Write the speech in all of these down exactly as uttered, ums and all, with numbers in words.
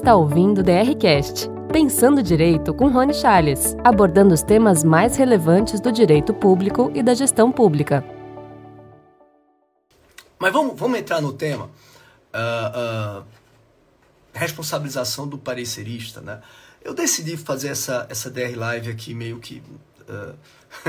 está ouvindo o DRCast, Pensando Direito com Rony Charles, abordando os temas mais relevantes do direito público e da gestão pública. Mas vamos, vamos entrar no tema, uh, uh, responsabilização do parecerista, né? Eu decidi fazer essa, essa D R Live aqui meio que... Uh,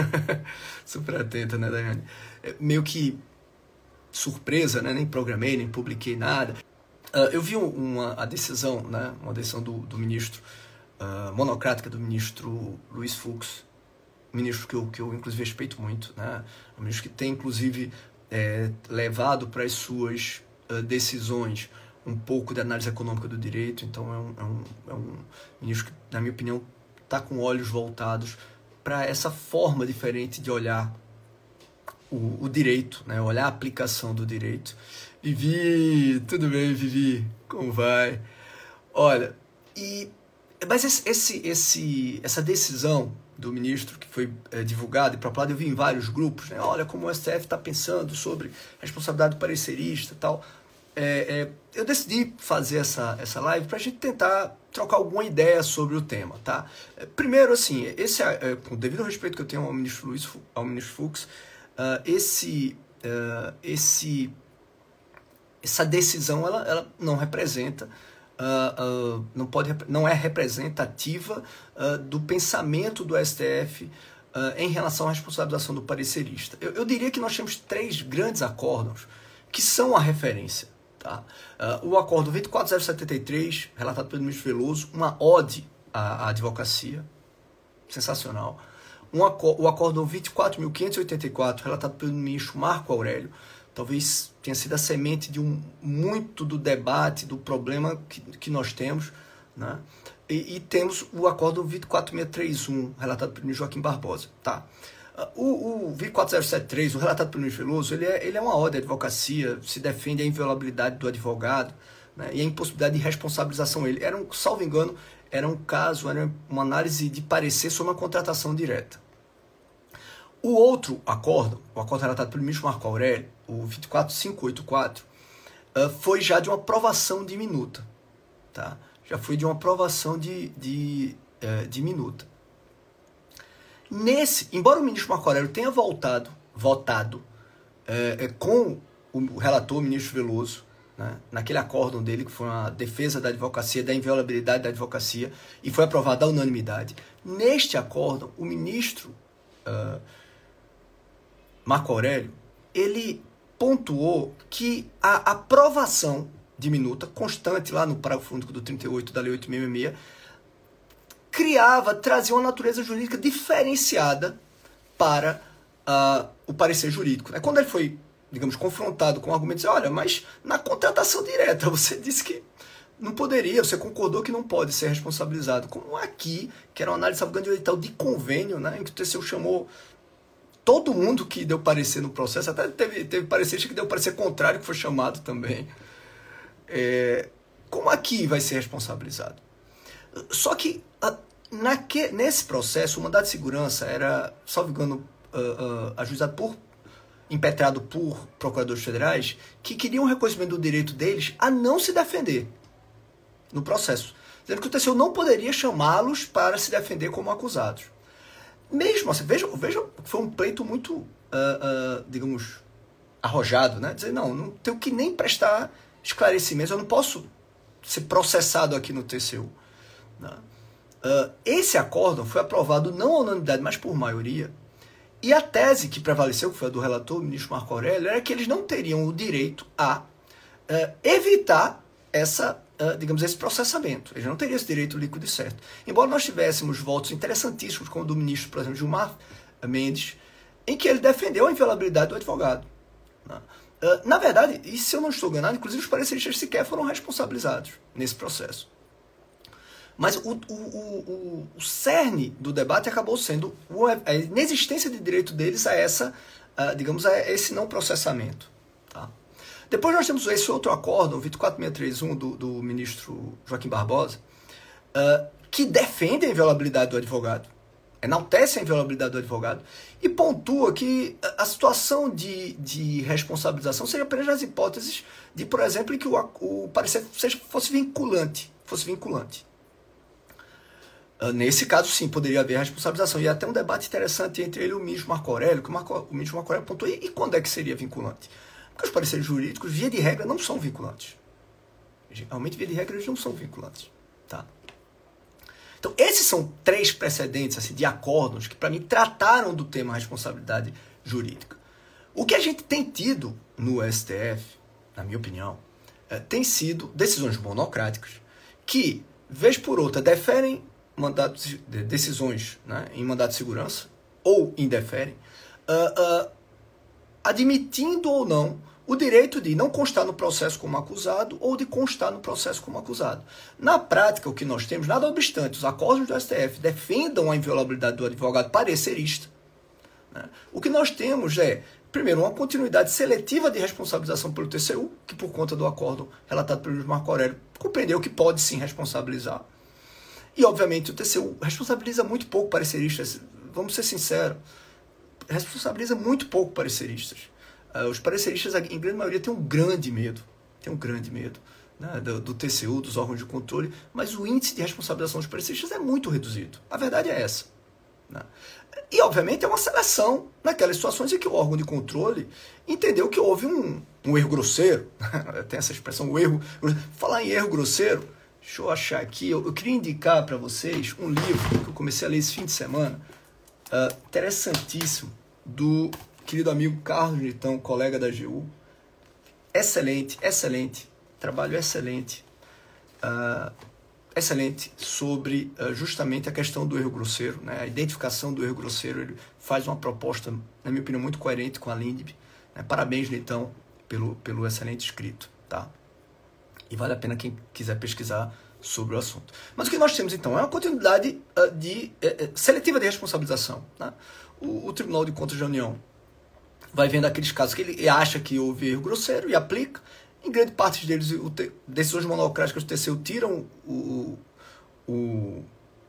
super atenta, né, Daiane? Meio que surpresa, né? Nem programei, nem publiquei nada. Uh, eu vi uma, a decisão, né? Uma decisão do, do ministro, uh, monocrática do ministro Luiz Fux, ministro que eu, que eu inclusive respeito muito, né? Um ministro que tem, inclusive, é, levado para as suas uh, decisões um pouco de análise econômica do direito. Então é um, é um, é um ministro que, na minha opinião, está com olhos voltados para essa forma diferente de olhar o, o direito, né? Olhar a aplicação do direito. Vivi, tudo bem, Vivi? Como vai? Olha, e, mas esse, esse, esse, essa decisão do ministro que foi é, divulgada e propalada, eu vi em vários grupos, né? Olha como o S T F está pensando sobre responsabilidade do parecerista e tal. É, é, eu decidi fazer essa, essa live para a gente tentar trocar alguma ideia sobre o tema, tá? É, primeiro, assim, esse, é, com o devido respeito que eu tenho ao ministro Luiz, ao ministro Fux, uh, esse, uh, esse, essa decisão ela, ela não representa, uh, uh, não, pode, não é representativa uh, do pensamento do S T F uh, em relação à responsabilização do parecerista. Eu, eu diria que nós temos três grandes acórdãos que são a referência. Tá? Uh, o acordo vinte e quatro mil setenta e três, relatado pelo ministro Veloso, uma ode à, à advocacia, sensacional. Um acordo, o acordo vinte e quatro mil quinhentos e oitenta e quatro, relatado pelo ministro Marco Aurélio, talvez tenha sido a semente de um, muito do debate, do problema que, que nós temos, né? E, e temos o acordo vinte e quatro mil seiscentos e trinta e um, relatado pelo ministro Joaquim Barbosa. Tá? O, o vinte e quatro mil setenta e três, o relatado pelo ministro Veloso, ele é, ele é uma ode à advocacia, se defende a inviolabilidade do advogado, né, e a impossibilidade de responsabilização. Ele era um, salvo engano, era um caso, era uma análise de parecer sobre uma contratação direta. O outro acordo, o acordo relatado pelo ministro Marco Aurélio, o vinte e quatro mil quinhentos e oitenta e quatro, uh, foi já de uma aprovação de minuta. Tá? Já foi de uma aprovação de, de, uh, de minuta. Nesse, embora o ministro Marco Aurélio tenha voltado, votado é, com o relator, o ministro Veloso, né, naquele acórdão dele, que foi uma defesa da advocacia, da inviolabilidade da advocacia, e foi aprovado à unanimidade, neste acórdão, o ministro uh, Marco Aurélio, ele pontuou que a aprovação de minuta, constante lá no parágrafo único do trinta e oito da Lei oito mil seiscentos e sessenta e seis, criava, trazia uma natureza jurídica diferenciada para uh, o parecer jurídico. Né? Quando ele foi, digamos, confrontado com o argumento de dizer, olha, mas na contratação direta você disse que não poderia, você concordou que não pode ser responsabilizado. Como aqui, que era uma análise de edital de convênio, né, em que o T C U chamou todo mundo que deu parecer no processo, até teve, teve parecer que deu parecer contrário, que foi chamado também. É, como aqui vai ser responsabilizado? Só que naque, nesse processo, o mandado de segurança era, salvo engano, uh, uh, ajuizado por, impetrado por procuradores federais que queriam o reconhecimento do direito deles a não se defender no processo, dizendo que o T C U não poderia chamá-los para se defender como acusados. Mesmo assim, vejam, vejam que foi um pleito muito, uh, uh, digamos, arrojado, né? Dizer, não, não tenho que nem prestar esclarecimentos, eu não posso ser processado aqui no T C U. Uh, esse acórdão foi aprovado não à unanimidade, mas por maioria, e a tese que prevaleceu, que foi a do relator, o ministro Marco Aurélio, era que eles não teriam o direito a uh, evitar essa, uh, digamos, esse processamento. Eles não teriam esse direito líquido e certo. Embora nós tivéssemos votos interessantíssimos, como o do ministro, por exemplo, Gilmar Mendes, em que ele defendeu a inviolabilidade do advogado. Né? Uh, na verdade, e se eu não estou enganado, inclusive os pareceristas sequer foram responsabilizados nesse processo. Mas o, o, o, o cerne do debate acabou sendo a inexistência de direito deles a essa, a, digamos, a esse não processamento. Tá? Depois nós temos esse outro acórdão, vinte e quatro mil seiscentos e trinta e um, do, do ministro Joaquim Barbosa, uh, que defende a inviolabilidade do advogado, enaltece a inviolabilidade do advogado e pontua que a situação de, de responsabilização seria apenas nas hipóteses de, por exemplo, em que o, o parecer seja, fosse vinculante. fosse vinculante. Uh, nesse caso, sim, poderia haver responsabilização. E até um debate interessante entre ele e o ministro Marco Aurélio, que o, Marco, o ministro Marco Aurélio apontou, e, e quando é que seria vinculante? Porque os pareceres jurídicos, via de regra, não são vinculantes. Realmente, via de regra, eles não são vinculantes. Tá? Então, esses são três precedentes assim, de acórdãos que, para mim, trataram do tema responsabilidade jurídica. O que a gente tem tido no S T F, na minha opinião, é, tem sido decisões monocráticas que, vez por outra, deferem mandatos, decisões, né, em mandado de segurança ou indeferem, uh, uh, admitindo ou não o direito de não constar no processo como acusado ou de constar no processo como acusado. Na prática, o que nós temos, nada obstante, os acordos do S T F defendam a inviolabilidade do advogado parecerista, né, o que nós temos é, primeiro, uma continuidade seletiva de responsabilização pelo T C U, que por conta do acordo relatado pelo ministro Marco Aurélio, compreendeu que pode sim responsabilizar. E, obviamente, o T C U responsabiliza muito pouco pareceristas. Vamos ser sinceros. Responsabiliza muito pouco pareceristas. Uh, os pareceristas, em grande maioria, têm um grande medo. Tem um grande medo, né, do, do T C U, dos órgãos de controle. Mas o índice de responsabilização dos pareceristas é muito reduzido. A verdade é essa. Né? E, obviamente, é uma seleção naquelas situações em que o órgão de controle entendeu que houve um, um erro grosseiro. Tem essa expressão, o erro... Falar em erro grosseiro... Deixa eu achar aqui, eu, eu queria indicar para vocês um livro que eu comecei a ler esse fim de semana, uh, interessantíssimo, do querido amigo Carlos Nitão, colega da G U. Excelente, excelente, trabalho excelente, uh, excelente sobre uh, justamente a questão do erro grosseiro, né? A identificação do erro grosseiro. Ele faz uma proposta, na minha opinião, muito coerente com a Lindbe. Né? Parabéns, Nitão, pelo, pelo excelente escrito, tá? E vale a pena quem quiser pesquisar sobre o assunto. Mas o que nós temos, então, é uma continuidade uh, de, uh, seletiva de responsabilização. Né? O, o Tribunal de Contas da União vai vendo aqueles casos que ele acha que houve erro grosseiro e aplica. Em grande parte deles, o te, decisões monocráticas do T C U tiram o, o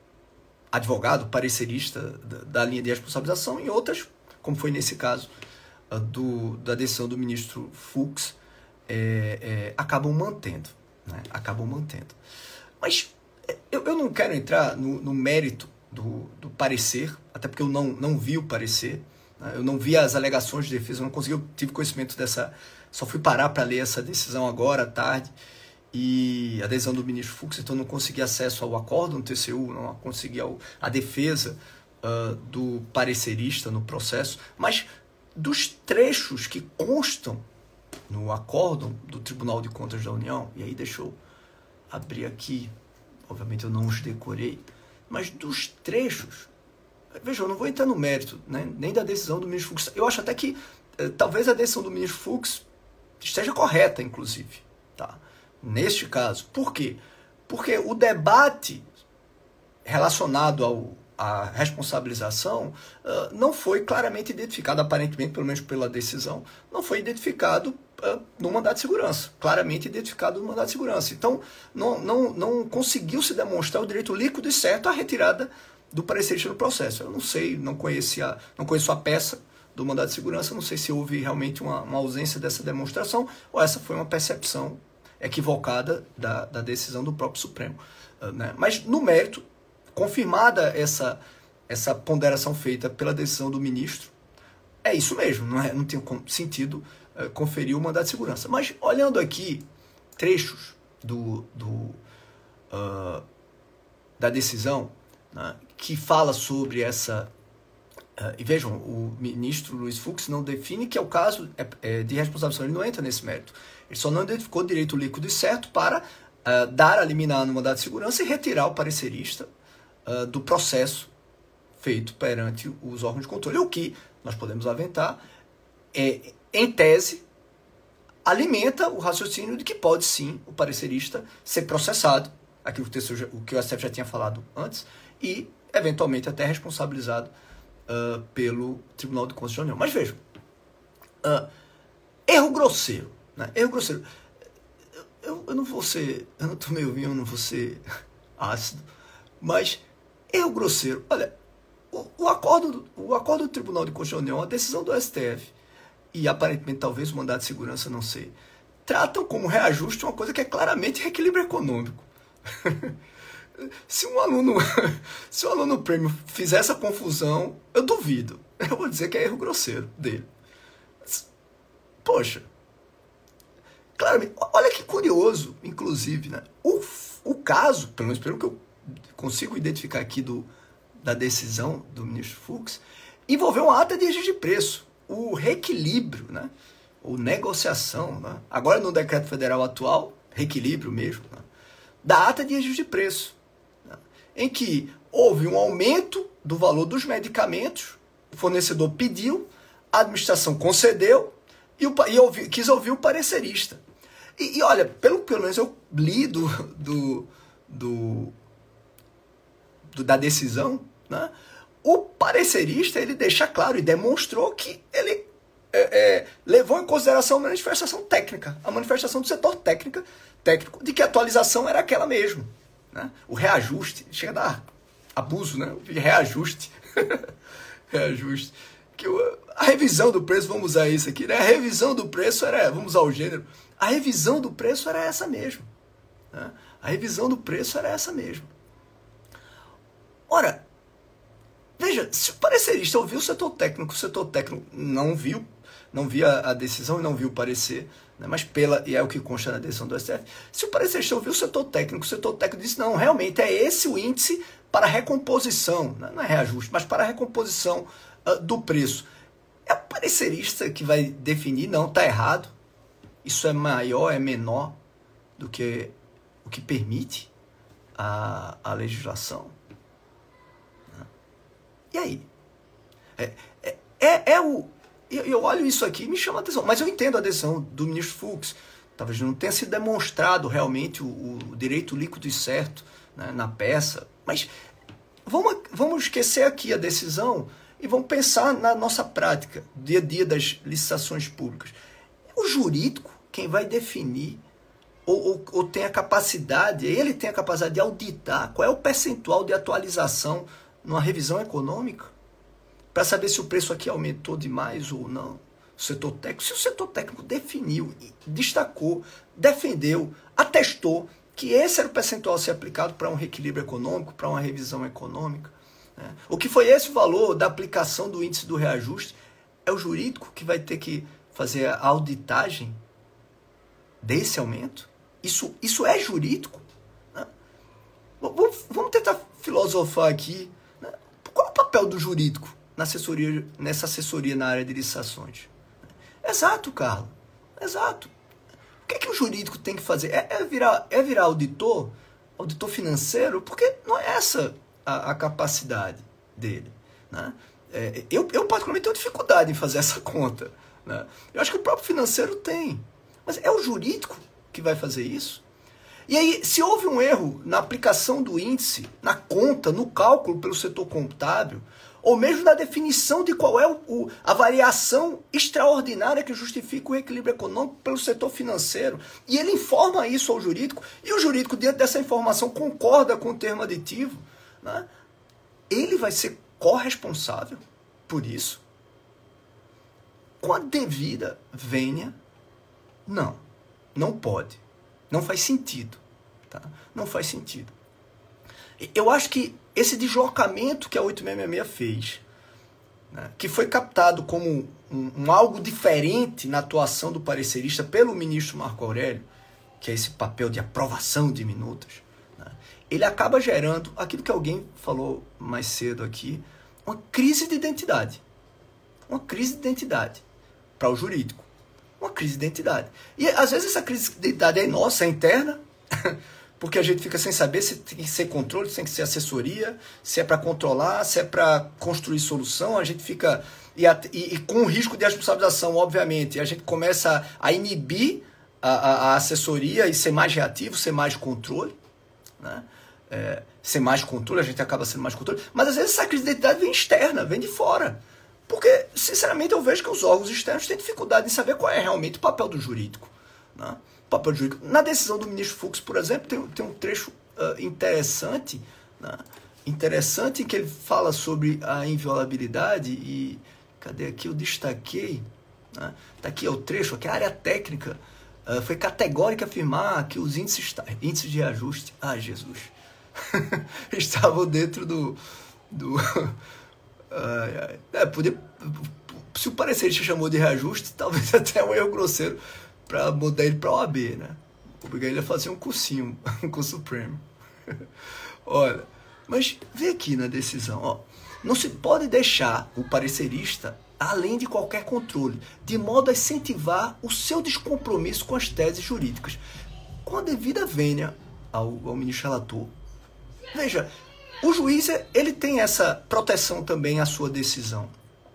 advogado parecerista da, da linha de responsabilização. Em outras, como foi nesse caso uh, do, da decisão do ministro Fux, É, é, acabam mantendo, né? acabam mantendo. Mas eu, eu não quero entrar no, no mérito do, do parecer, até porque eu não, não vi o parecer, né? Eu não vi as alegações de defesa, eu não consegui, eu tive conhecimento dessa, só fui parar para ler essa decisão agora à tarde, e a decisão do ministro Fux, então não consegui acesso ao acórdão do T C U, não consegui ao, a defesa uh, do parecerista no processo, mas dos trechos que constam no acórdão do Tribunal de Contas da União, e aí deixa eu abrir aqui, obviamente eu não os decorei, mas dos trechos, veja, eu não vou entrar no mérito, né, nem da decisão do ministro Fux, eu acho até que eh, talvez a decisão do ministro Fux esteja correta, inclusive, tá? Neste caso. Por quê? Porque o debate relacionado ao a responsabilização uh, não foi claramente identificado, aparentemente, pelo menos pela decisão, não foi identificado uh, no mandado de segurança, claramente identificado no mandado de segurança. Então, não, não, não conseguiu se demonstrar o direito líquido e certo à retirada do parecerista no processo. Eu não sei, não, conhecia, não conheço a peça do mandado de segurança, não sei se houve realmente uma, uma ausência dessa demonstração ou essa foi uma percepção equivocada da, da decisão do próprio Supremo. Uh, né? Mas, no mérito, confirmada essa, essa ponderação feita pela decisão do ministro, é isso mesmo, não, é, não tem sentido uh, conferir o mandado de segurança. Mas, olhando aqui trechos do, do, uh, da decisão, né, que fala sobre essa... Uh, e vejam, o ministro Luiz Fux não define que é o caso é, é, de responsabilização, ele não entra nesse mérito. Ele só não identificou direito líquido e certo para uh, dar a liminar no mandado de segurança e retirar o parecerista Uh, do processo feito perante os órgãos de controle. O que nós podemos aventar é, em tese, alimenta o raciocínio de que pode sim o parecerista ser processado, aquilo que o, que o S T F já tinha falado antes, e eventualmente até responsabilizado uh, pelo Tribunal de Contas da União. Mas vejam, uh, erro grosseiro, né? Erro grosseiro. Eu, eu, eu não vou ser, eu não tomei o vinho, eu não vou ser ácido, mas erro grosseiro. Olha, o, o, acordo, o acordo do Tribunal de Contas da União, a decisão do S T F e aparentemente talvez o mandado de segurança, não sei, tratam como reajuste uma coisa que é claramente reequilíbrio econômico. Se um aluno, se um aluno premium fizer essa confusão, eu duvido. Eu vou dizer que é erro grosseiro dele. Poxa. Claramente, olha que curioso, inclusive, né? O, o caso, pelo menos pelo que eu consigo identificar aqui do, da decisão do ministro Fux, envolveu uma ata de ajuste de preço, o reequilíbrio, né? Ou negociação, né? Agora no decreto federal atual, reequilíbrio mesmo, né? Da ata de ajuste de preço, né? Em que houve um aumento do valor dos medicamentos, o fornecedor pediu, a administração concedeu e, o, e ouvi, quis ouvir o parecerista. E, e olha, pelo que pelo menos eu li do, do, do, do, da decisão, né? O parecerista ele deixa claro e demonstrou que ele é, é, levou em consideração a manifestação técnica, a manifestação do setor técnica, técnico, de que a atualização era aquela mesmo, né? O reajuste, chega a dar abuso, né? O reajuste, reajuste, que o, a revisão do preço, vamos usar isso aqui, né? A revisão do preço era, vamos usar o gênero, a revisão do preço era essa mesmo, né? A revisão do preço era essa mesmo. Ora, veja, se o parecerista ouviu o setor técnico, o setor técnico não viu, não via a decisão e não viu o parecer, né, mas pela, e é o que consta na decisão do S T F, se o parecerista ouviu o setor técnico, o setor técnico disse, não, realmente é esse o índice para recomposição, né, não é reajuste, mas para recomposição uh, do preço. É o parecerista que vai definir, não, está errado, isso é maior, é menor do que o que permite a, a legislação. E aí? É, é, é, é o... Eu, eu olho isso aqui e me chama a atenção. Mas eu entendo a decisão do ministro Fux. Talvez não tenha sido demonstrado realmente o, o direito líquido e certo, né, na peça. Mas vamos, vamos esquecer aqui a decisão e vamos pensar na nossa prática, dia a dia das licitações públicas. É o jurídico quem vai definir ou, ou, ou tem a capacidade, ele tem a capacidade de auditar qual é o percentual de atualização numa revisão econômica, para saber se o preço aqui aumentou demais ou não. O setor técnico, se o setor técnico definiu, destacou, defendeu, atestou que esse era o percentual a ser aplicado para um reequilíbrio econômico, para uma revisão econômica, né? O que foi esse o valor da aplicação do índice do reajuste, é o jurídico que vai ter que fazer a auditagem desse aumento. Isso, isso é jurídico, né? Vamos tentar filosofar aqui. Qual é o papel do jurídico na assessoria, nessa assessoria na área de licitações? Exato, Carlos. Exato. O que é que o jurídico tem que fazer? É, é, virar, é virar auditor? Auditor financeiro? Porque não é essa a, a capacidade dele, né? É, eu, eu, particularmente, tenho dificuldade em fazer essa conta, né? Eu acho que o próprio financeiro tem. Mas é o jurídico que vai fazer isso? E aí, se houve um erro na aplicação do índice, na conta, no cálculo pelo setor contábil, ou mesmo na definição de qual é o, o, a variação extraordinária que justifica o reequilíbrio econômico pelo setor financeiro, e ele informa isso ao jurídico, e o jurídico, diante dessa informação, concorda com o termo aditivo, né? Ele vai ser corresponsável por isso? Com a devida vênia? Não, não pode. Não faz sentido, tá? Não faz sentido. Eu acho que esse deslocamento que a oito seis seis seis fez, né, que foi captado como um, um algo diferente na atuação do parecerista pelo ministro Marco Aurélio, que é esse papel de aprovação de minutas, né, ele acaba gerando aquilo que alguém falou mais cedo aqui, uma crise de identidade. Uma crise de identidade para o jurídico. Uma crise de identidade. E às vezes essa crise de identidade é nossa, é interna, porque a gente fica sem saber se tem que ser controle, se tem que ser assessoria, se é para controlar, se é para construir solução. A gente fica... E, a, e, e com o risco de responsabilização, obviamente, a gente começa a, a inibir a, a, a assessoria e ser mais reativo, ser mais controle, né? É, ser mais controle, a gente acaba sendo mais controle. Mas às vezes essa crise de identidade vem externa, vem de fora. Porque, sinceramente, eu vejo que os órgãos externos têm dificuldade em saber qual é realmente o papel do jurídico, né? O papel do jurídico. Na decisão do ministro Fux, por exemplo, tem, tem um trecho uh, interessante, né? Interessante em que ele fala sobre a inviolabilidade e... Cadê aqui? Eu destaquei. Né? Tá aqui é o trecho, aqui é a área técnica uh, foi categórico afirmar que os índices, índices de reajuste, ah, Jesus, estavam dentro do... do uh, é, podia, se o parecerista chamou de reajuste, talvez até um erro grosseiro para mudar ele para a O A B, né? Obrigar ele a fazer um cursinho, um curso supremo. Olha, mas vê aqui na decisão, ó. Não se pode deixar o parecerista além de qualquer controle, de modo a incentivar o seu descompromisso com as teses jurídicas, com a devida vênia ao, ao ministro relator. Veja, o juiz ele tem essa proteção também à sua decisão.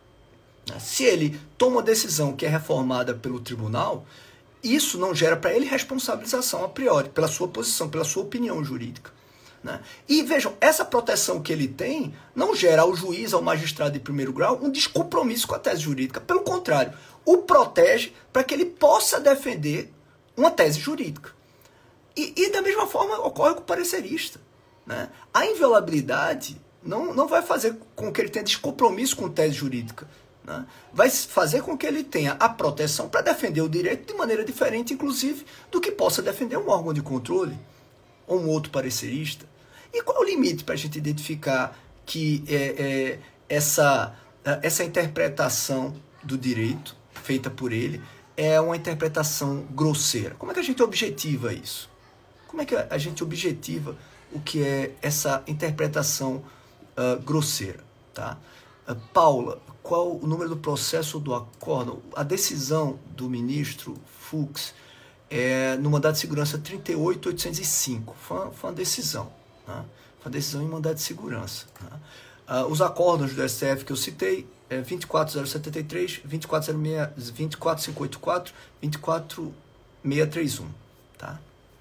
Se ele toma uma decisão que é reformada pelo tribunal, isso não gera para ele responsabilização a priori, pela sua posição, pela sua opinião jurídica. Né? E vejam, essa proteção que ele tem não gera ao juiz, ao magistrado de primeiro grau, um descompromisso com a tese jurídica. Pelo contrário, o protege para que ele possa defender uma tese jurídica. E, e da mesma forma ocorre com o parecerista. Né? A inviolabilidade não, não vai fazer com que ele tenha descompromisso com a tese jurídica. Né? Vai fazer com que ele tenha a proteção para defender o direito de maneira diferente, inclusive, do que possa defender um órgão de controle ou um outro parecerista. E qual é o limite para a gente identificar que é, é, essa, essa interpretação do direito feita por ele é uma interpretação grosseira? Como é que a gente objetiva isso? Como é que a gente objetiva o que é essa interpretação uh, grosseira? Tá? Uh, Paula, qual o número do processo do acórdão? A decisão do ministro Fux é no mandado de segurança trinta e oito mil oitocentos e cinco. Foi uma, foi uma decisão. Né? Foi uma decisão em mandado de segurança. Né? Uh, os acórdãos do S T F que eu citei é vinte e quatro mil setenta e três, vinte e quatro mil seiscentos e oitenta e quatro, vinte e quatro mil seiscentos e trinta e um. Tá?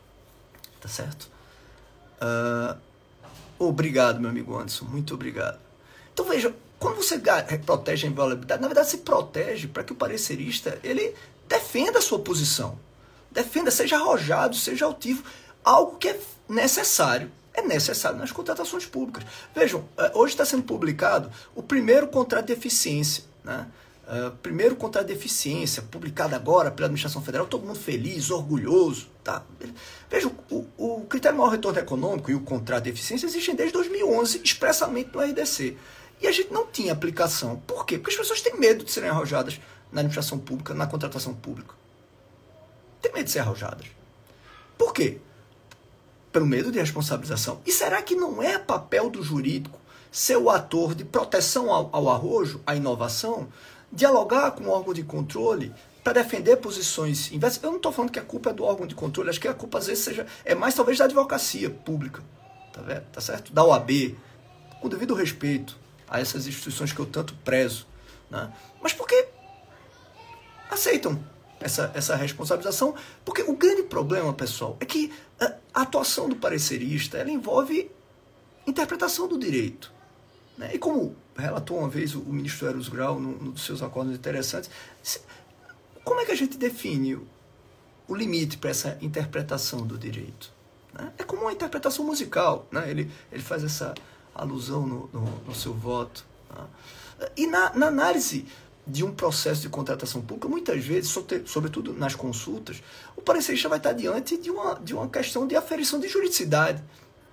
Tá certo? Uh, obrigado, meu amigo Anderson. Muito obrigado. Então, veja, quando você protege a inviolabilidade, na verdade, se protege para que o parecerista ele defenda a sua posição. Defenda, seja arrojado, seja altivo. Algo que é necessário. É necessário nas contratações públicas. Vejam, hoje está sendo publicado o primeiro contrato de eficiência. Né? Uh, primeiro contrato de eficiência, publicado agora pela Administração Federal, todo mundo feliz, orgulhoso. Tá? Vejam, o, o critério de maior retorno econômico e o contrato de eficiência existem desde dois mil e onze, expressamente no R D C. E a gente não tinha aplicação. Por quê? Porque as pessoas têm medo de serem arrojadas na administração pública, na contratação pública. Tem medo de ser arrojadas. Por quê? Pelo medo de responsabilização. E será que não é papel do jurídico ser o ator de proteção ao, ao arrojo, à inovação, dialogar com o órgão de controle para defender posições inversas? Eu não estou falando que a culpa é do órgão de controle, acho que a culpa às vezes seja, é mais talvez da advocacia pública, tá vendo? Tá certo? Da O A B, com devido respeito a essas instituições que eu tanto prezo. Né? Mas por que aceitam essa, essa responsabilização? Porque o grande problema, pessoal, é que a atuação do parecerista ela envolve interpretação do direito. Né? E como relatou uma vez o, o ministro Eros Grau num no dos seus acordos interessantes, como é que a gente define o, o limite para essa interpretação do direito? Né? É como uma interpretação musical. Né? Ele, ele faz essa alusão no, no, no seu voto. Né? E na, na análise de um processo de contratação pública, muitas vezes, sobretudo nas consultas, o parecerista vai estar diante de uma, de uma questão de aferição de juridicidade.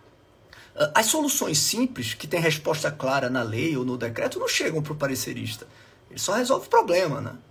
As soluções simples, que têm resposta clara na lei ou no decreto, não chegam para o parecerista. Ele só resolve o problema. Né?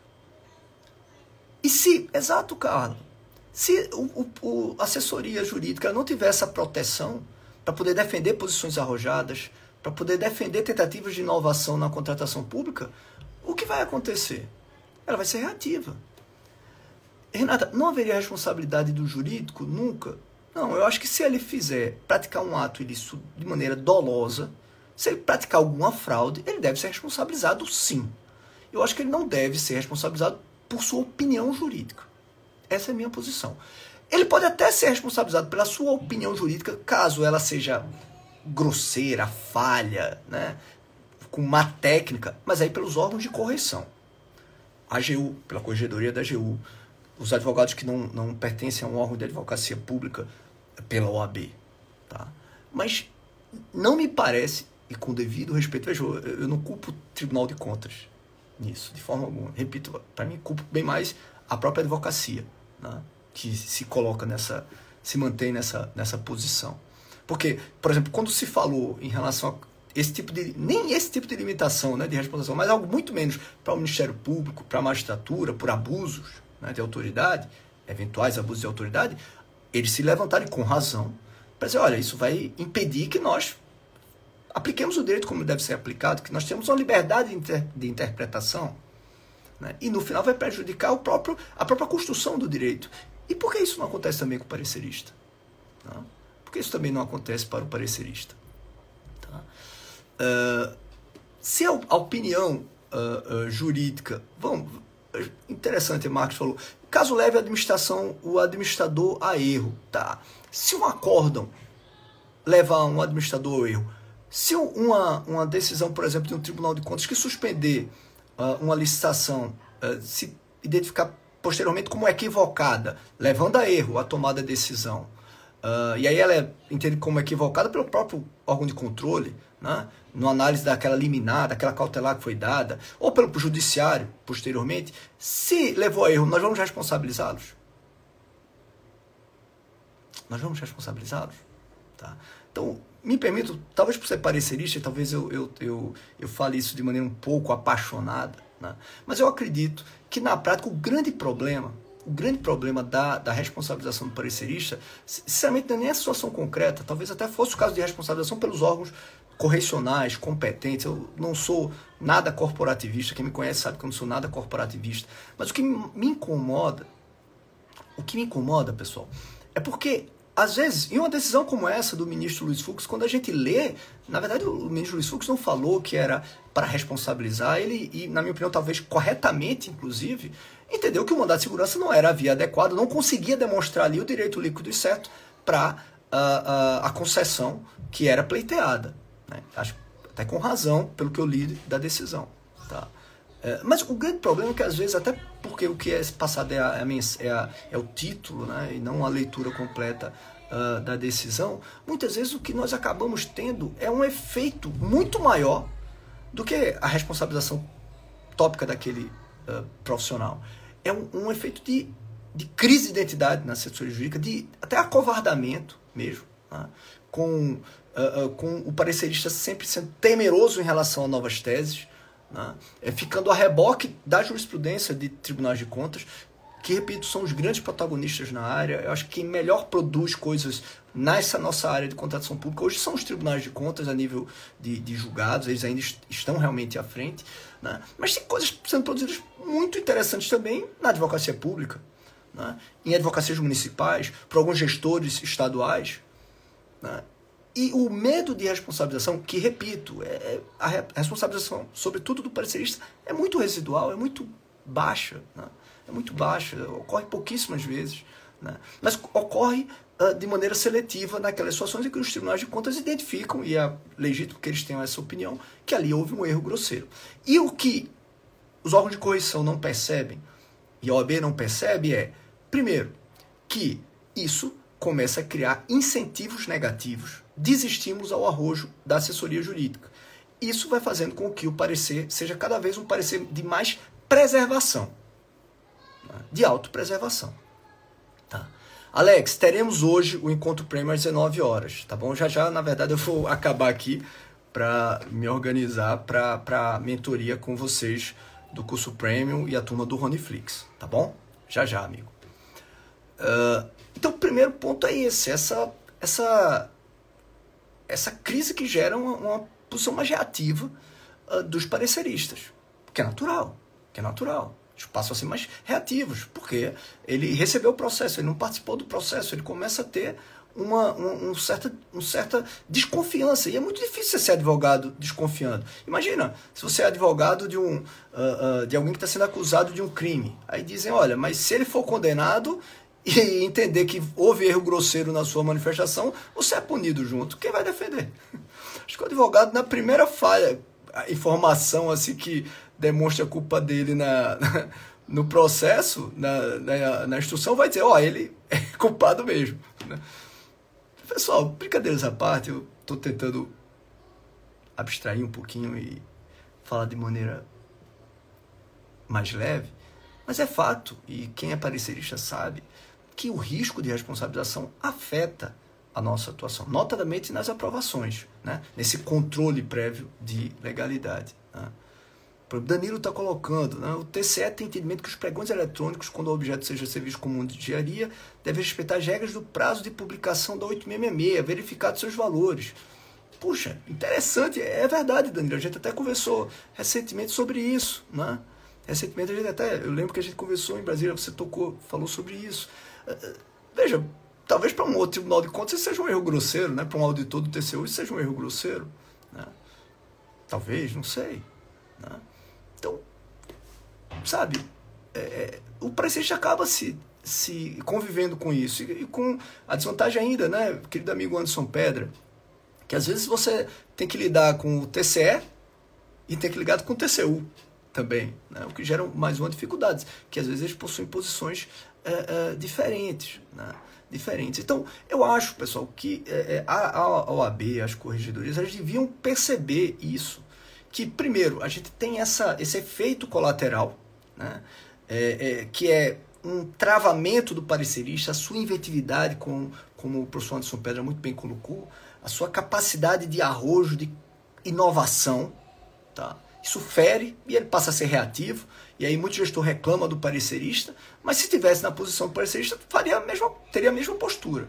E se, exato, Carlos, se o, o, a assessoria jurídica não tiver essa proteção para poder defender posições arrojadas, para poder defender tentativas de inovação na contratação pública, o que vai acontecer? Ela vai ser reativa. Renata, não haveria responsabilidade do jurídico? Nunca. Não, eu acho que se ele fizer, praticar um ato ilícito de maneira dolosa, se ele praticar alguma fraude, ele deve ser responsabilizado sim. Eu acho que ele não deve ser responsabilizado por sua opinião jurídica. Essa é a minha posição. Ele pode até ser responsabilizado pela sua opinião jurídica, caso ela seja grosseira, falha, né? Com má técnica, mas aí pelos órgãos de correção. A AGU, pela corregedoria da AGU, os advogados que não, não pertencem a um órgão de advocacia pública, pela O A B. Tá? Mas não me parece, e com devido respeito, veja, eu não culpo o Tribunal de Contas nisso, de forma alguma. Repito, para mim, culpo bem mais a própria advocacia. né, que se coloca nessa, se mantém nessa, nessa posição. Porque, por exemplo, quando se falou em relação a esse tipo de, nem esse tipo de limitação, né, de responsabilização, mas algo muito menos para o Ministério Público, para a magistratura, por abusos, né, de autoridade, eventuais abusos de autoridade, eles se levantaram com razão para dizer, olha, isso vai impedir que nós apliquemos o direito como deve ser aplicado, que nós temos uma liberdade de, inter, de interpretação, né, e no final vai prejudicar o próprio, a própria construção do direito. E por que isso não acontece também com o parecerista? Tá? Por que isso também não acontece para o parecerista? Tá? Uh, se a, a opinião uh, uh, jurídica, vamos, interessante, Marcos falou, caso leve a administração, o administrador a erro, tá? Se um acórdão leva um administrador ao erro, se uma, uma decisão, por exemplo, de um Tribunal de Contas que suspender uh, uma licitação, uh, se identificar posteriormente como equivocada, levando a erro a tomada de decisão, uh, e aí ela é entendida como equivocada pelo próprio órgão de controle, né, no análise daquela liminar, daquela cautelar que foi dada, ou pelo judiciário, posteriormente, se levou a erro, nós vamos responsabilizá-los? Nós vamos responsabilizá-los? Tá? Então, me permito, talvez por ser parecerista, talvez eu, eu, eu, eu fale isso de maneira um pouco apaixonada, né? Mas eu acredito que, na prática, o grande problema, o grande problema da, da responsabilização do parecerista, sinceramente, não é nem a situação concreta, talvez até fosse o caso de responsabilização pelos órgãos correcionais, competentes. Eu não sou nada corporativista, quem me conhece sabe que eu não sou nada corporativista, mas o que me incomoda, o que me incomoda, pessoal, é porque, às vezes, em uma decisão como essa do ministro Luiz Fux, quando a gente lê, na verdade o ministro Luiz Fux não falou que era para responsabilizar, ele, e na minha opinião, talvez corretamente, inclusive, entendeu que o mandado de segurança não era a via adequada, não conseguia demonstrar ali o direito líquido e certo para uh, uh, a concessão que era pleiteada. Né? Acho até com razão, pelo que eu li da decisão. Tá? É, mas o grande problema é que, às vezes, até porque o que é passado é, a, é, a, é o título, né? E não a leitura completa uh, da decisão, muitas vezes o que nós acabamos tendo é um efeito muito maior do que a responsabilização tópica daquele uh, profissional. É um, um efeito de, de crise de identidade na assessoria jurídica, de até acovardamento mesmo, né? com, uh, uh, com o parecerista sempre sendo temeroso em relação a novas teses, né? É, ficando a reboque da jurisprudência de tribunais de contas, que, repito, são os grandes protagonistas na área. Eu acho que quem melhor produz coisas nessa nossa área de contratação pública hoje são os tribunais de contas a nível de, de julgados, eles ainda est- estão realmente à frente, né? Mas tem coisas sendo produzidas muito interessantes também na advocacia pública, né? Em advocacias municipais, por alguns gestores estaduais, né? E o medo de responsabilização, que, repito, é, a responsabilização, sobretudo do parecerista, é muito residual, é muito baixa, né? É muito baixa, ocorre pouquíssimas vezes, né? Mas ocorre uh, de maneira seletiva naquelas situações em que os tribunais de contas identificam, e é legítimo que eles tenham essa opinião, que ali houve um erro grosseiro. E o que os órgãos de correção não percebem, e a O A B não percebe, é, primeiro, que isso começa a criar incentivos negativos, desestímulos ao arrojo da assessoria jurídica. Isso vai fazendo com que o parecer seja cada vez um parecer de mais preservação, de autopreservação. Tá? Alex, teremos hoje o encontro prêmio às dezenove horas, tá bom? Já já, na verdade, eu vou acabar aqui para me organizar para a mentoria com vocês do curso Premium e a turma do Roniflix, tá bom? Já já, amigo. Uh, então, o primeiro ponto é esse, essa, essa, essa crise que gera uma, uma posição mais reativa uh, dos pareceristas, que é natural, que é natural. Eles passam a ser mais reativos, porque ele recebeu o processo, ele não participou do processo, ele começa a ter uma, uma, um certa, uma certa desconfiança, e é muito difícil ser advogado desconfiando. Imagina, se você é advogado de, um, uh, uh, de alguém que está sendo acusado de um crime, aí dizem, olha, mas se ele for condenado e entender que houve erro grosseiro na sua manifestação, você é punido junto, quem vai defender? Acho que o advogado, na primeira falha, a informação assim que demonstra a culpa dele na, na, no processo, na, na, na instrução, vai dizer, ó, oh, ele é culpado mesmo. Pessoal, brincadeiras à parte, eu estou tentando abstrair um pouquinho e falar de maneira mais leve, Mas é fato, e quem é parecerista sabe, que o risco de responsabilização afeta a nossa atuação, notadamente nas aprovações, né? Nesse controle prévio de legalidade. Né? O Danilo está colocando, né? O T C E tem entendimento que os pregões eletrônicos, quando o objeto seja serviço comum de engenharia, devem respeitar as regras do prazo de publicação da oito seis seis seis, verificados seus valores. Puxa, interessante, é verdade, Danilo, a gente até conversou recentemente sobre isso, né? Recentemente a gente até, eu lembro que a gente conversou em Brasília, você tocou, falou sobre isso. Veja, talvez para um outro tribunal de contas isso seja um erro grosseiro, né? Para um auditor do T C U isso seja um erro grosseiro, né? Talvez, não sei, né? Então, sabe, é, o parecerista acaba se, se convivendo com isso, e, e com a desvantagem ainda, né, querido amigo Anderson Pedra, que às vezes você tem que lidar com o T C E e tem que lidar com o T C U também, né, o que gera mais uma dificuldade, que às vezes eles possuem posições é, é, diferentes, né, diferentes. Então, eu acho, pessoal, que é, a, a O A B, as corregedorias, elas deviam perceber isso, que, primeiro, a gente tem essa, esse efeito colateral, né, é, é, que é um travamento do parecerista, a sua inventividade, com, como o professor Anderson Pedra muito bem colocou, a sua capacidade de arrojo, de inovação, tá? Isso fere e ele passa a ser reativo, e aí muito gestor reclama do parecerista, mas se estivesse na posição do parecerista, faria a mesma, teria a mesma postura.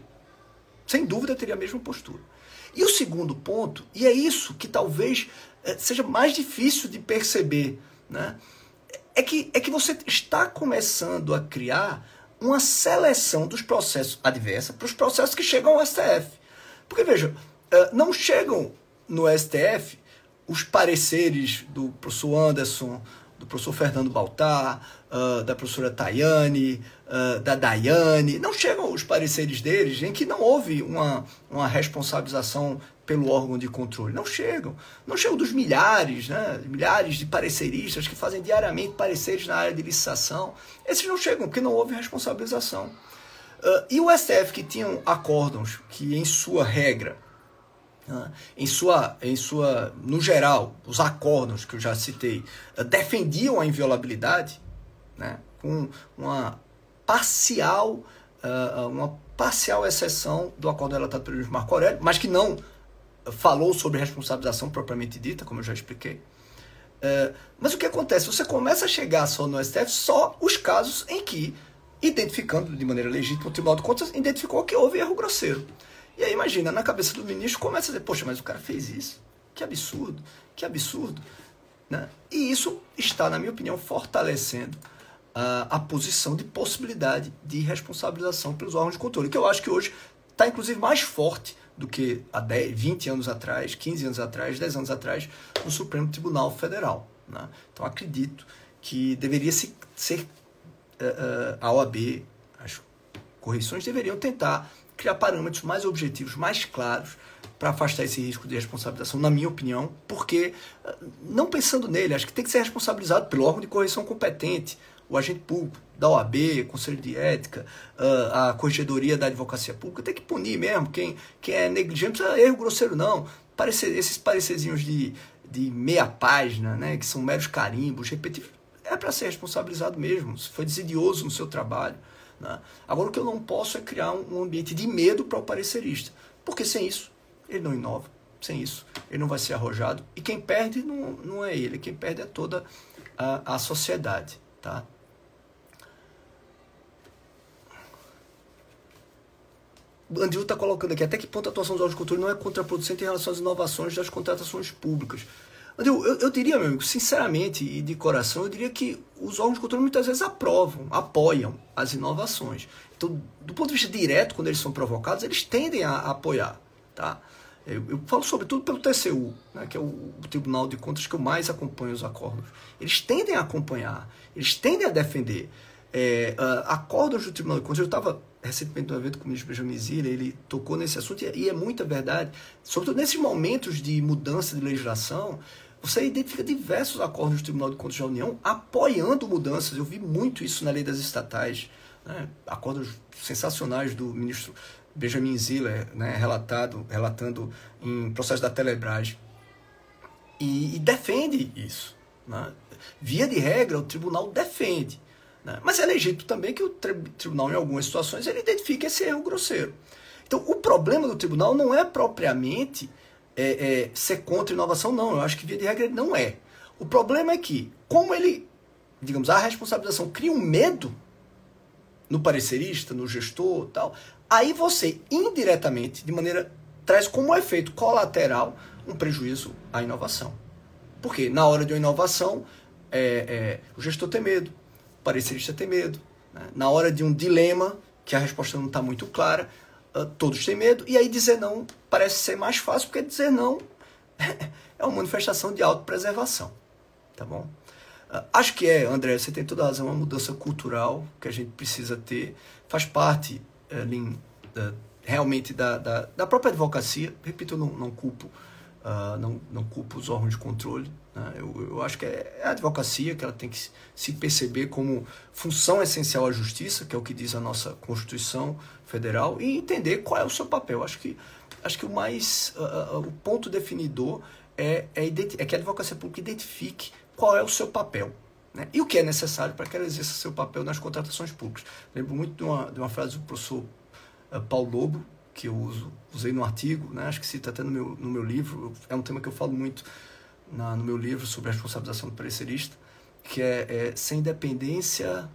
Sem dúvida, teria a mesma postura. E o segundo ponto, e é isso que talvez seja mais difícil de perceber, né? É que, é que você está começando a criar uma seleção dos processos adversa para os processos que chegam ao S T F. Porque, veja, não chegam no S T F os pareceres do professor Anderson, do professor Fernando Baltar, uh, da professora Tayane, uh, da Daiane, não chegam os pareceres deles em que não houve uma, uma responsabilização pelo órgão de controle. Não chegam. Não chegam dos milhares, né, milhares de pareceristas que fazem diariamente pareceres na área de licitação. Esses não chegam porque não houve responsabilização. Uh, e o S T F, que tinham acórdãos que, em sua regra, uh, em sua, em sua, no geral, os acórdãos que eu já citei, uh, defendiam a inviolabilidade, né, com uma parcial, uh, uma parcial exceção do acórdão relatado pelo juiz Marco Aurélio, mas que não falou sobre responsabilização propriamente dita, como eu já expliquei. Uh, mas o que acontece? Você começa a chegar só no S T F só os casos em que, identificando de maneira legítima, o Tribunal de Contas identificou que houve erro grosseiro. E aí, imagina, na cabeça do ministro começa a dizer, poxa, mas o cara fez isso? Que absurdo, que absurdo. Né? E isso está, na minha opinião, fortalecendo uh, a posição de possibilidade de responsabilização pelos órgãos de controle, que eu acho que hoje está, inclusive, mais forte do que há dez, vinte anos atrás, quinze anos atrás, dez anos atrás, no Supremo Tribunal Federal. Né? Então, acredito que deveria se, ser a O A B, as correções deveriam tentar criar parâmetros mais objetivos, mais claros, para afastar esse risco de responsabilização, na minha opinião, porque, não pensando nele, acho que tem que ser responsabilizado pelo órgão de correção competente, o agente público da O A B, Conselho de Ética, a Corregedoria da Advocacia Pública, tem que punir mesmo quem, quem é negligente, não precisa erro grosseiro não, Parecer, esses parecerzinhos de, de meia página, né, que são meros carimbos, repetitivos, é para ser responsabilizado mesmo, se foi desidioso no seu trabalho. Né? Agora, o que eu não posso é criar um, um ambiente de medo para o parecerista, porque sem isso, ele não inova, sem isso, ele não vai ser arrojado, e quem perde não, não é ele, quem perde é toda a, a sociedade. Tá? O Andil está colocando aqui, até que ponto a atuação dos órgãos de controle não é contraproducente em relação às inovações das contratações públicas. Eu, eu, eu diria, meu amigo, sinceramente e de coração, eu diria que os órgãos de controle muitas vezes aprovam, apoiam as inovações. Então, do ponto de vista direto, quando eles são provocados, eles tendem a, a apoiar. Tá? Eu, eu falo sobretudo pelo T C U, né, que é o, o Tribunal de Contas que eu mais acompanho os acórdãos. Eles tendem a acompanhar, eles tendem a defender. É, uh, acórdãos do Tribunal de Contas, eu estava recentemente num evento com o ministro Benjamin Ziller, ele tocou nesse assunto, e, e é muita verdade. Sobretudo nesses momentos de mudança de legislação, você identifica diversos acordos do Tribunal de Contas da União apoiando mudanças. Eu vi muito isso na lei das estatais, né? Acordos sensacionais do ministro Benjamin Ziller, né? Relatado, relatando em processo da Telebrás. E, e defende isso. Né? Via de regra, o tribunal defende. Né? Mas é legítimo também que o tri- tribunal, em algumas situações, ele identifique esse erro grosseiro. Então, o problema do tribunal não é propriamente é, é, ser contra a inovação, não. Eu acho que, via de regra, ele não é. O problema é que, como ele, digamos, a responsabilização cria um medo no parecerista, no gestor e tal, aí você, indiretamente, de maneira, traz como efeito colateral um prejuízo à inovação. Porque na hora de uma inovação, é, é, o gestor tem medo, o parecerista tem medo. Né? Na hora de um dilema, que a resposta não está muito clara, uh, todos têm medo, e aí dizer não parece ser mais fácil, porque dizer não é uma manifestação de autopreservação. Tá bom? Uh, acho que é, André, você tem toda a razão, uma mudança cultural que a gente precisa ter, faz parte, uh, Lin, uh, realmente da, da, da própria advocacia. Repito, eu não, não culpo Uh, não, não culpo os órgãos de controle. Né? Eu, eu acho que é a advocacia que ela tem que se perceber como função essencial à justiça, que é o que diz a nossa Constituição Federal, e entender qual é o seu papel. Acho que, acho que o mais uh, uh, o ponto definidor é, é, é que a advocacia pública identifique qual é o seu papel, né? E o que é necessário para que ela exerça seu papel nas contratações públicas. Lembro muito de uma, de uma frase do professor uh, Paulo Lobo, que eu uso, usei no artigo, né? Acho que cita até no meu, no meu livro, é um tema que eu falo muito na, no meu livro sobre a responsabilização do parecerista, que é, é sem independência,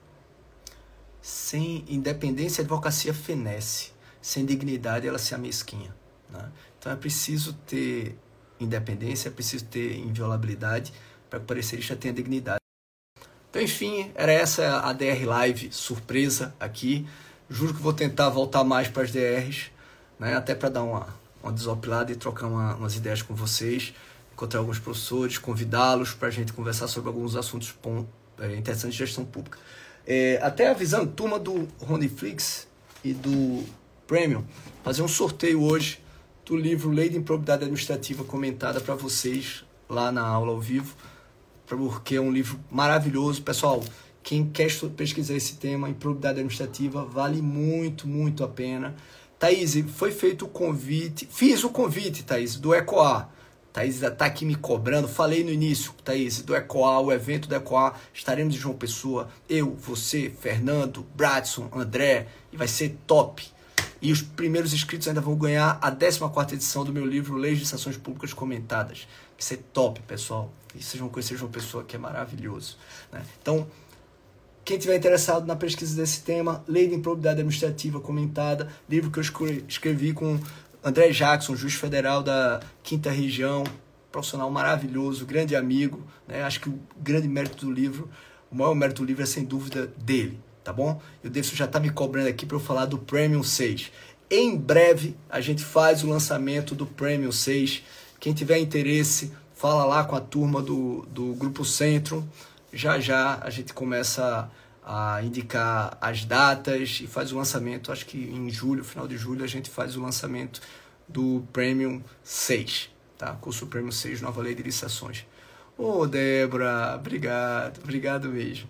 sem independência a advocacia fenece, sem dignidade ela se amesquinha. Né? Então é preciso ter independência, é preciso ter inviolabilidade para que o parecerista tenha dignidade. Então, enfim, era essa a D R Live surpresa aqui. Juro que vou tentar voltar mais para as D Rs, né? Até para dar uma, uma desopilada e trocar uma, umas ideias com vocês, encontrar alguns professores, convidá-los para a gente conversar sobre alguns assuntos bom, é, interessantes de gestão pública. É, até avisando, turma do Roniflix e do Premium, fazer um sorteio hoje do livro Lei de Improbidade Administrativa comentada para vocês lá na aula ao vivo, porque é um livro maravilhoso. Pessoal, quem quer pesquisar esse tema, improbidade administrativa, vale muito, muito a pena. Thaís, foi feito o convite, fiz o convite, Thaís, do ECOA. Thaís está aqui me cobrando, falei no início, Thaís, do ECOA, o evento do ECOA, estaremos em João Pessoa, eu, você, Fernando, Bradson, André, e vai ser top. E os primeiros inscritos ainda vão ganhar a décima quarta edição do meu livro Legislações Públicas Comentadas. Vai ser top, pessoal. E vocês vão conhecer João Pessoa, que é maravilhoso. Né? Então, quem tiver interessado na pesquisa desse tema, Lei de Improbidade Administrativa Comentada, livro que eu escrevi com André Jackson, juiz federal da quinta Região, profissional maravilhoso, grande amigo, né? Acho que o grande mérito do livro, o maior mérito do livro é sem dúvida dele, tá bom? E o Davidson já está me cobrando aqui para eu falar do Premium seis. Em breve a gente faz o lançamento do Premium seis. Quem tiver interesse, fala lá com a turma do, do Grupo Centrum. Já já a gente começa a indicar as datas e faz o lançamento. Acho que em julho, final de julho, a gente faz o lançamento do Premium seis, tá? Curso Premium seis, nova lei de licitações. Ô, oh, Débora, obrigado, obrigado mesmo.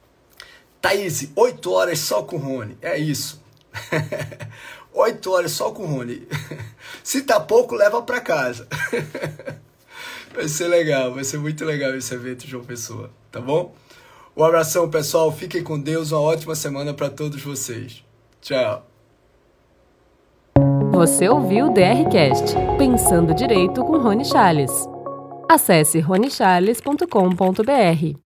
Thaís, oito horas só com o Rony, é isso. oito horas só com o Rony. Se tá pouco, leva para casa. Vai ser legal, vai ser muito legal esse evento, João Pessoa, tá bom? Um abração, pessoal. Fiquem com Deus. Uma ótima semana para todos vocês. Tchau. Você ouviu o D R Cast, Pensando Direito com Rony Charles. Acesse rony charles ponto com ponto b r.